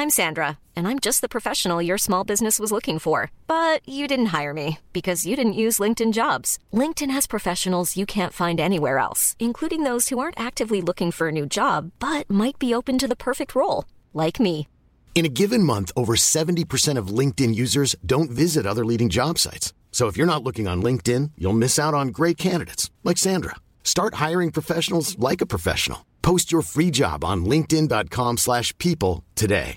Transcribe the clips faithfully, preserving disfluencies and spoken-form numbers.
I'm Sandra, and I'm just the professional your small business was looking for. But you didn't hire me because you didn't use LinkedIn Jobs. LinkedIn has professionals you can't find anywhere else, including those who aren't actively looking for a new job, but might be open to the perfect role, like me. In a given month, over seventy percent of LinkedIn users don't visit other leading job sites. So if you're not looking on LinkedIn, you'll miss out on great candidates like Sandra. Start hiring professionals like a professional. Post your free job on linkedin dot com slash people today.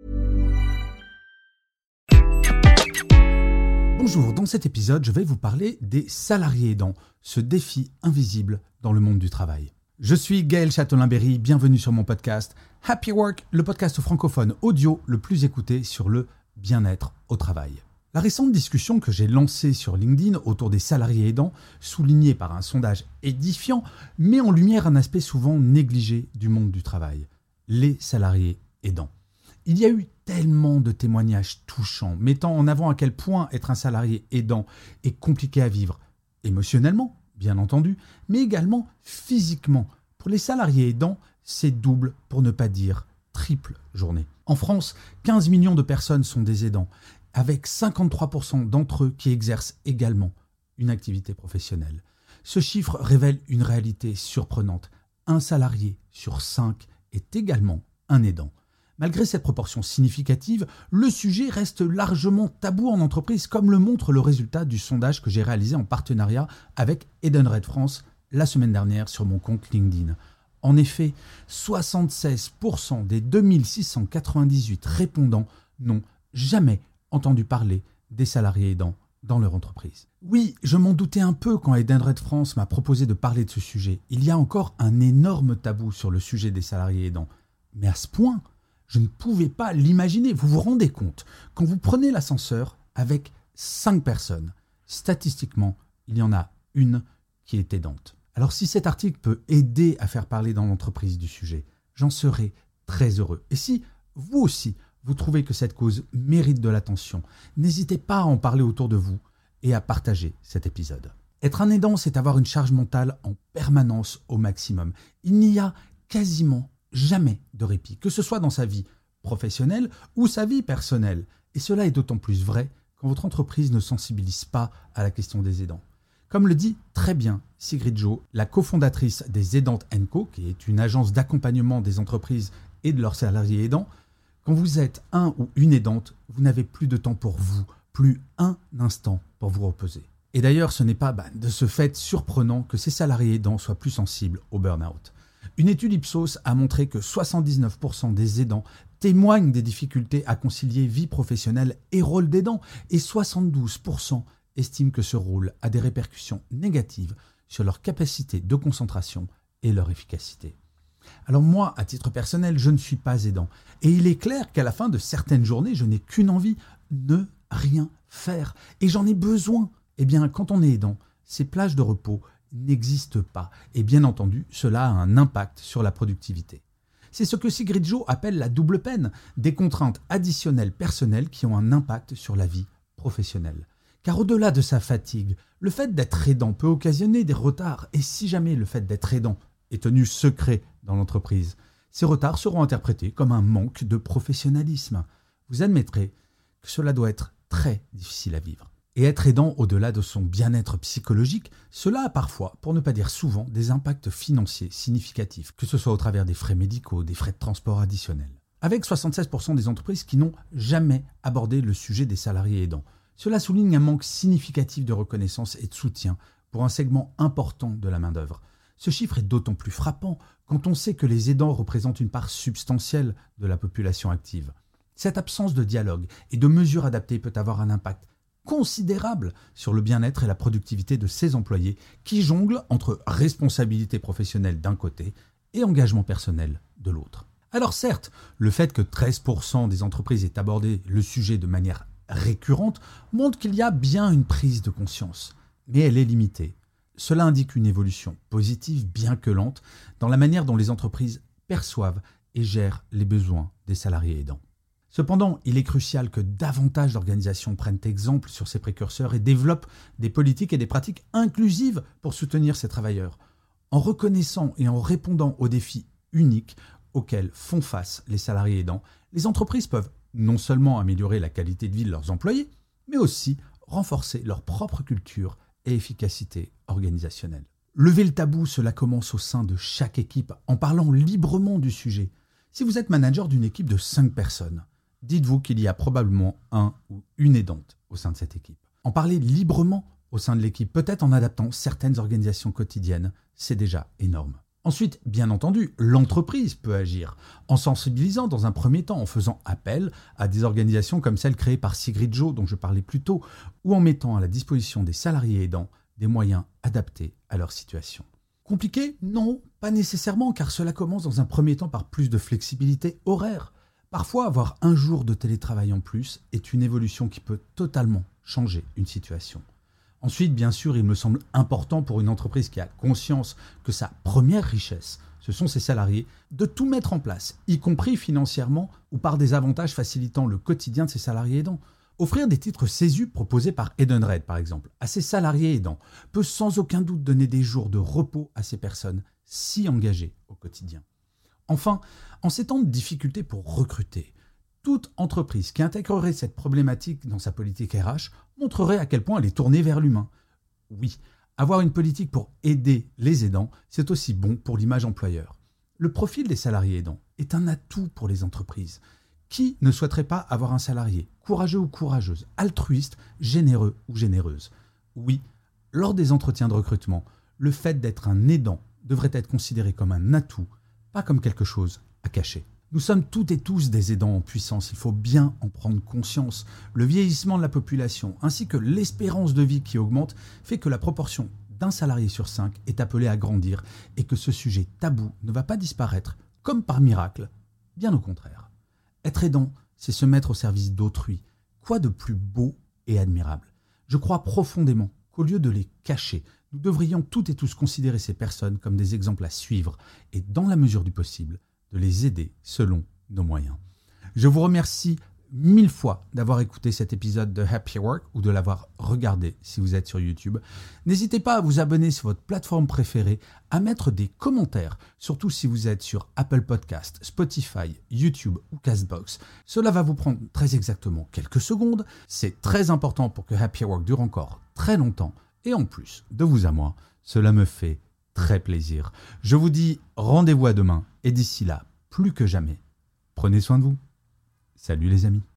Bonjour, dans cet épisode, je vais vous parler des salariés aidants, ce défi invisible dans le monde du travail. Je suis Gaël Châtelain-Berry, bienvenue sur mon podcast Happy Work, le podcast francophone audio le plus écouté sur le bien-être au travail. La récente discussion que j'ai lancée sur LinkedIn autour des salariés aidants, soulignée par un sondage édifiant, met en lumière un aspect souvent négligé du monde du travail, les salariés aidants. Il y a eu tellement de témoignages touchants, mettant en avant à quel point être un salarié aidant est compliqué à vivre, émotionnellement, bien entendu, mais également physiquement. Pour les salariés aidants, c'est double, pour ne pas dire triple journée. En France, quinze millions de personnes sont des aidants, avec cinquante-trois pour cent d'entre eux qui exercent également une activité professionnelle. Ce chiffre révèle une réalité surprenante. Un salarié sur cinq est également un aidant. Malgré cette proportion significative, le sujet reste largement tabou en entreprise, comme le montre le résultat du sondage que j'ai réalisé en partenariat avec Edenred France la semaine dernière sur mon compte LinkedIn. En effet, soixante-seize pour cent des deux mille six cent quatre-vingt-dix-huit répondants n'ont jamais entendu parler des salariés aidants dans leur entreprise. Oui, je m'en doutais un peu quand Edenred France m'a proposé de parler de ce sujet. Il y a encore un énorme tabou sur le sujet des salariés aidants. Mais à ce point, je ne pouvais pas l'imaginer. Vous vous rendez compte, quand vous prenez l'ascenseur avec cinq personnes, statistiquement, il y en a une qui est aidante. Alors si cet article peut aider à faire parler dans l'entreprise du sujet, j'en serai très heureux. Et si vous aussi, vous trouvez que cette cause mérite de l'attention, n'hésitez pas à en parler autour de vous et à partager cet épisode. Être un aidant, c'est avoir une charge mentale en permanence au maximum. Il n'y a quasiment jamais de répit, que ce soit dans sa vie professionnelle ou sa vie personnelle. Et cela est d'autant plus vrai quand votre entreprise ne sensibilise pas à la question des aidants. Comme le dit très bien Sigrid Jo, la cofondatrice des Aidantes and Co, qui est une agence d'accompagnement des entreprises et de leurs salariés aidants, quand vous êtes un ou une aidante, vous n'avez plus de temps pour vous, plus un instant pour vous reposer. Et d'ailleurs, ce n'est pas bah, de ce fait surprenant que ces salariés aidants soient plus sensibles au burn-out. Une étude Ipsos a montré que soixante-dix-neuf pour cent des aidants témoignent des difficultés à concilier vie professionnelle et rôle d'aidant, et soixante-douze pour cent estiment que ce rôle a des répercussions négatives sur leur capacité de concentration et leur efficacité. Alors moi, à titre personnel, je ne suis pas aidant. Et il est clair qu'à la fin de certaines journées, je n'ai qu'une envie, ne rien faire. Et j'en ai besoin. Eh bien, quand on est aidant, ces plages de repos n'existent pas. Et bien entendu, cela a un impact sur la productivité. C'est ce que Sigrid Jo appelle la double peine, des contraintes additionnelles personnelles qui ont un impact sur la vie professionnelle. Car au-delà de sa fatigue, le fait d'être aidant peut occasionner des retards. Et si jamais le fait d'être aidant est tenu secret dans l'entreprise, ces retards seront interprétés comme un manque de professionnalisme. Vous admettrez que cela doit être très difficile à vivre. Et être aidant au-delà de son bien-être psychologique, cela a parfois, pour ne pas dire souvent, des impacts financiers significatifs, que ce soit au travers des frais médicaux, des frais de transport additionnels. Avec soixante-seize pour cent des entreprises qui n'ont jamais abordé le sujet des salariés aidants, cela souligne un manque significatif de reconnaissance et de soutien pour un segment important de la main-d'œuvre. Ce chiffre est d'autant plus frappant quand on sait que les aidants représentent une part substantielle de la population active. Cette absence de dialogue et de mesures adaptées peut avoir un impact considérable sur le bien-être et la productivité de ces employés qui jonglent entre responsabilité professionnelle d'un côté et engagement personnel de l'autre. Alors certes, le fait que treize pour cent des entreprises aient abordé le sujet de manière récurrente montre qu'il y a bien une prise de conscience, mais elle est limitée. Cela indique une évolution positive, bien que lente, dans la manière dont les entreprises perçoivent et gèrent les besoins des salariés aidants. Cependant, il est crucial que davantage d'organisations prennent exemple sur ces précurseurs et développent des politiques et des pratiques inclusives pour soutenir ces travailleurs, en reconnaissant et en répondant aux défis uniques auxquels font face les salariés aidants. les entreprises peuvent non seulement améliorer la qualité de vie de leurs employés, mais aussi renforcer leur propre culture et efficacité organisationnelle. Lever le tabou, cela commence au sein de chaque équipe en parlant librement du sujet. Si vous êtes manager d'une équipe de cinq personnes, dites-vous qu'il y a probablement un ou une aidante au sein de cette équipe. En parler librement au sein de l'équipe, peut-être en adaptant certaines organisations quotidiennes, c'est déjà énorme. Ensuite, bien entendu, l'entreprise peut agir en sensibilisant dans un premier temps, en faisant appel à des organisations comme celle créée par Sigrid Jo dont je parlais plus tôt, ou en mettant à la disposition des salariés aidants des moyens adaptés à leur situation. Compliqué ? Non, pas nécessairement, car cela commence dans un premier temps par plus de flexibilité horaire. Parfois, avoir un jour de télétravail en plus est une évolution qui peut totalement changer une situation. Ensuite, bien sûr, il me semble important pour une entreprise qui a conscience que sa première richesse, ce sont ses salariés, de tout mettre en place, y compris financièrement ou par des avantages facilitant le quotidien de ses salariés aidants. Offrir des titres CESU proposés par Edenred, par exemple, à ses salariés aidants, peut sans aucun doute donner des jours de repos à ces personnes si engagées au quotidien. Enfin, en ces temps de difficulté pour recruter, toute entreprise qui intégrerait cette problématique dans sa politique R H montrerait à quel point elle est tournée vers l'humain. Oui, avoir une politique pour aider les aidants, c'est aussi bon pour l'image employeur. Le profil des salariés aidants est un atout pour les entreprises. Qui ne souhaiterait pas avoir un salarié courageux ou courageuse, altruiste, généreux ou généreuse ? Oui, lors des entretiens de recrutement, le fait d'être un aidant devrait être considéré comme un atout, pas comme quelque chose à cacher. Nous sommes toutes et tous des aidants en puissance, il faut bien en prendre conscience. Le vieillissement de la population ainsi que l'espérance de vie qui augmente fait que la proportion d'un salarié sur cinq est appelée à grandir et que ce sujet tabou ne va pas disparaître comme par miracle, bien au contraire. Être aidant, c'est se mettre au service d'autrui. Quoi de plus beau et admirable ? Je crois profondément qu'au lieu de les cacher, nous devrions toutes et tous considérer ces personnes comme des exemples à suivre et, dans la mesure du possible, de les aider selon nos moyens. Je vous remercie mille fois d'avoir écouté cet épisode de Happy Work ou de l'avoir regardé si vous êtes sur YouTube. N'hésitez pas à vous abonner sur votre plateforme préférée, à mettre des commentaires, surtout si vous êtes sur Apple Podcast, Spotify, YouTube ou Castbox. Cela va vous prendre très exactement quelques secondes. C'est très important pour que Happy Work dure encore très longtemps. Et en plus, de vous à moi, cela me fait très plaisir. Je vous dis rendez-vous à demain et d'ici là, plus que jamais, prenez soin de vous. Salut les amis.